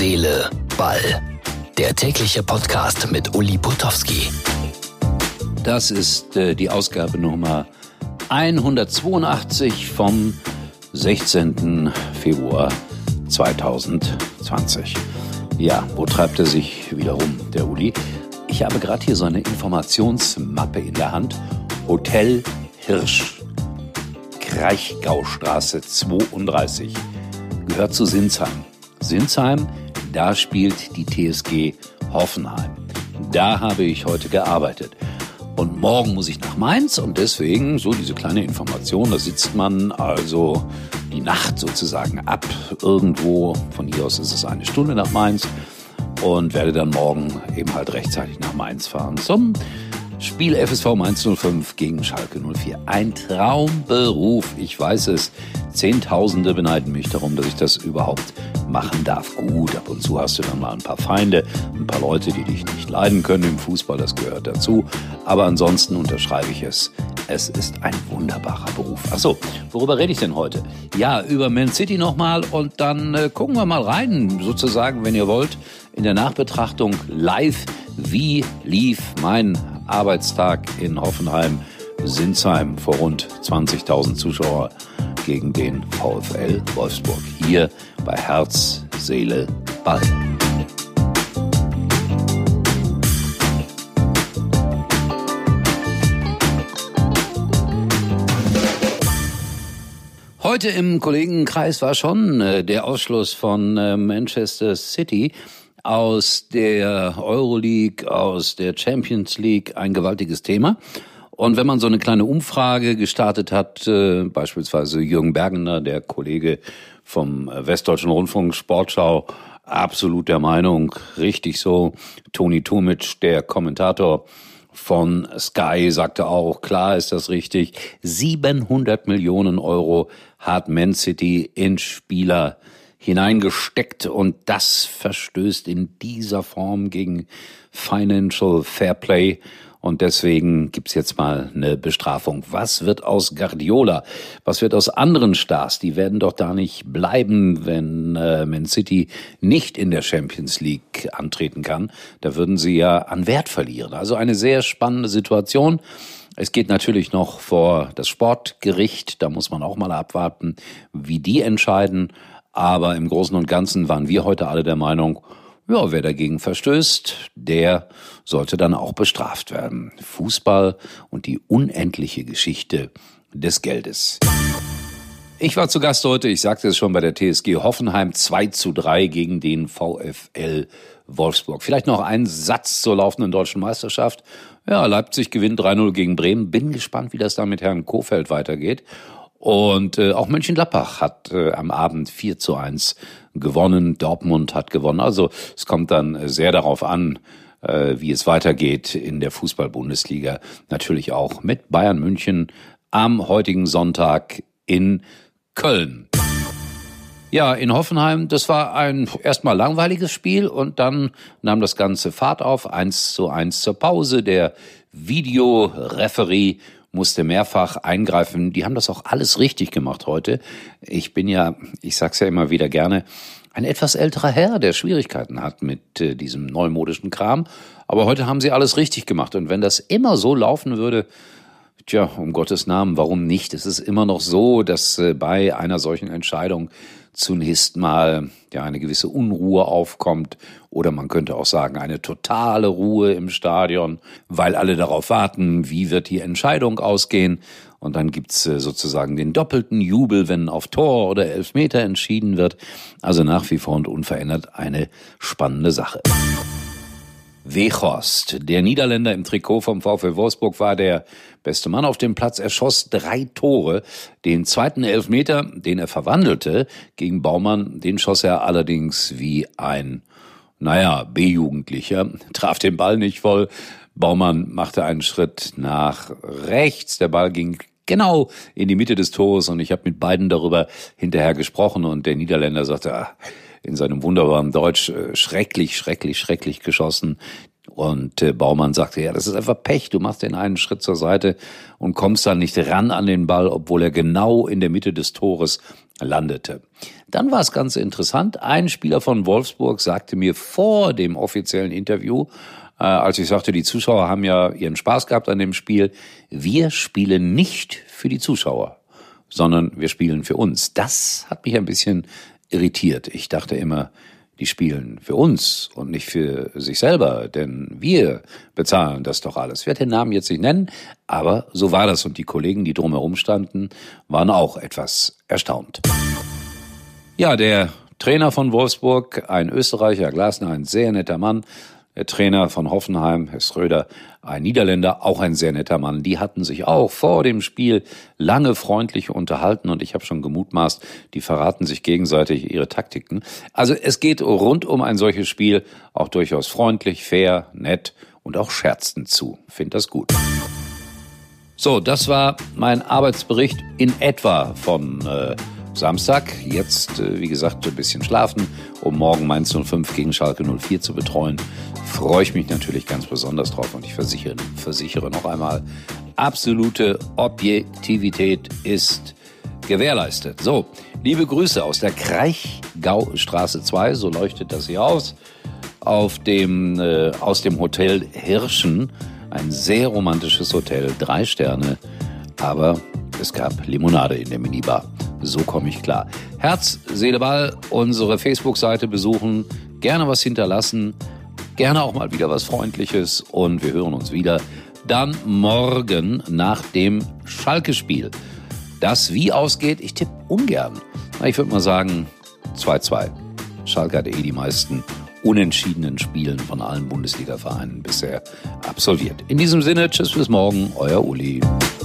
Seele, Ball. Der tägliche Podcast mit Uli Potowski. Das ist die Ausgabe Nummer 182 vom 16. Februar 2020. Ja, wo treibt er sich wieder rum, der Uli? Ich habe gerade hier so eine Informationsmappe in der Hand. Hotel Hirsch, Kraichgaustraße 32, gehört zu Sinsheim. Sinsheim, da spielt die TSG Hoffenheim. Da habe ich heute gearbeitet. Und morgen muss ich nach Mainz und deswegen, so diese kleine Information, da sitzt man also die Nacht sozusagen ab irgendwo. Von hier aus ist es eine Stunde nach Mainz und werde dann morgen eben halt rechtzeitig nach Mainz fahren zum Spiel FSV Mainz 05 gegen Schalke 04. Ein Traumberuf, ich weiß es. Zehntausende beneiden mich darum, dass ich das überhaupt machen darf. Gut, ab und zu hast du dann mal ein paar Feinde, ein paar Leute, die dich nicht leiden können im Fußball, das gehört dazu. Aber ansonsten unterschreibe ich es. Es ist ein wunderbarer Beruf. Achso, worüber rede ich denn heute? Ja, über Man City nochmal und dann gucken wir mal rein, sozusagen, wenn ihr wollt, in der Nachbetrachtung live. Wie lief mein Arbeitstag in Hoffenheim-Sinsheim vor rund 20.000 Zuschauer gegen den VfL Wolfsburg. Hier bei Herz, Seele, Ball. Heute im Kollegenkreis war schon der Ausschluss von Manchester City aus der Euroleague, aus der Champions League ein gewaltiges Thema. Und wenn man so eine kleine Umfrage gestartet hat, beispielsweise Jürgen Bergener, der Kollege vom Westdeutschen Rundfunk Sportschau, absolut der Meinung, richtig so. Toni Tomic, der Kommentator von Sky, sagte auch, klar ist das richtig. 700 Millionen Euro hat Man City in Spieler hineingesteckt und das verstößt in dieser Form gegen Financial Fair Play und deswegen gibt's jetzt mal eine Bestrafung. Was wird aus Guardiola? Was wird aus anderen Stars? Die werden doch da nicht bleiben, wenn Man City nicht in der Champions League antreten kann. Da würden sie ja an Wert verlieren. Also eine sehr spannende Situation. Es geht natürlich noch vor das Sportgericht. Da muss man auch mal abwarten, wie die entscheiden. Aber im Großen und Ganzen waren wir heute alle der Meinung, ja, wer dagegen verstößt, der sollte dann auch bestraft werden. Fußball und die unendliche Geschichte des Geldes. Ich war zu Gast heute, ich sagte es schon, bei der TSG Hoffenheim 2:3 gegen den VfL Wolfsburg. Vielleicht noch ein Satz zur laufenden deutschen Meisterschaft. Ja, Leipzig gewinnt 3:0 gegen Bremen. Bin gespannt, wie das da mit Herrn Kohfeldt weitergeht. Und auch Mönchengladbach hat am Abend 4:1 gewonnen. Dortmund hat gewonnen. Also es kommt dann sehr darauf an, wie es weitergeht in der Fußball-Bundesliga. Natürlich auch mit Bayern München am heutigen Sonntag in Köln. Ja, in Hoffenheim, das war ein erstmal langweiliges Spiel und dann nahm das Ganze Fahrt auf. 1:1 zur Pause. Der Videoreferee musste mehrfach eingreifen. Die haben das auch alles richtig gemacht heute. Ich bin ja, ich sag's ja immer wieder gerne, ein etwas älterer Herr, der Schwierigkeiten hat mit diesem neumodischen Kram. Aber heute haben sie alles richtig gemacht. Und wenn das immer so laufen würde, tja, um Gottes Namen, warum nicht? Es ist immer noch so, dass bei einer solchen Entscheidung zunächst mal ja eine gewisse Unruhe aufkommt oder man könnte auch sagen eine totale Ruhe im Stadion, weil alle darauf warten, wie wird die Entscheidung ausgehen und dann gibt's sozusagen den doppelten Jubel, wenn auf Tor oder Elfmeter entschieden wird. Also nach wie vor und unverändert eine spannende Sache. Weghorst, der Niederländer im Trikot vom VfL Wolfsburg, war der beste Mann auf dem Platz. Er schoss 3 Tore. Den zweiten Elfmeter, den er verwandelte gegen Baumann, den schoss er allerdings wie ein, B-Jugendlicher. Traf den Ball nicht voll. Baumann machte einen Schritt nach rechts. Der Ball ging genau in die Mitte des Tores und ich habe mit beiden darüber hinterher gesprochen und der Niederländer sagte, in seinem wunderbaren Deutsch, schrecklich geschossen. Und Baumann sagte, ja, das ist einfach Pech, du machst den einen Schritt zur Seite und kommst dann nicht ran an den Ball, obwohl er genau in der Mitte des Tores landete. Dann war es ganz interessant. Ein Spieler von Wolfsburg sagte mir vor dem offiziellen Interview, als ich sagte, die Zuschauer haben ja ihren Spaß gehabt an dem Spiel, wir spielen nicht für die Zuschauer, sondern wir spielen für uns. Das hat mich ein bisschen irritiert. Ich dachte immer, die spielen für uns und nicht für sich selber, denn wir bezahlen das doch alles. Ich werde den Namen jetzt nicht nennen, aber so war das und die Kollegen, die drumherum standen, waren auch etwas erstaunt. Ja, der Trainer von Wolfsburg, ein Österreicher, Glasner, ein sehr netter Mann. Der Trainer von Hoffenheim, Herr Schröder, ein Niederländer, auch ein sehr netter Mann. Die hatten sich auch vor dem Spiel lange freundlich unterhalten und ich habe schon gemutmaßt, die verraten sich gegenseitig ihre Taktiken. Also es geht rund um ein solches Spiel auch durchaus freundlich, fair, nett und auch scherzend zu. Find das gut. So, das war mein Arbeitsbericht in etwa von Samstag. Jetzt, wie gesagt, ein bisschen schlafen, um morgen Mainz 05 gegen Schalke 04 zu betreuen. Freue ich mich natürlich ganz besonders drauf und ich versichere noch einmal, absolute Objektivität ist gewährleistet. So, liebe Grüße aus der Kraichgaustraße 2, so leuchtet das hier aus dem Hotel Hirschen. Ein sehr romantisches Hotel, 3 Sterne, aber es gab Limonade in der Minibar. So komme ich klar. Herz, Seele, Ball, unsere Facebook-Seite besuchen, gerne was hinterlassen, gerne auch mal wieder was Freundliches und wir hören uns wieder dann morgen nach dem Schalke-Spiel. Das wie ausgeht, ich tippe ungern. Ich würde mal sagen 2-2. Schalke hat die meisten unentschiedenen Spielen von allen Bundesliga-Vereinen bisher absolviert. In diesem Sinne, tschüss bis morgen, euer Uli.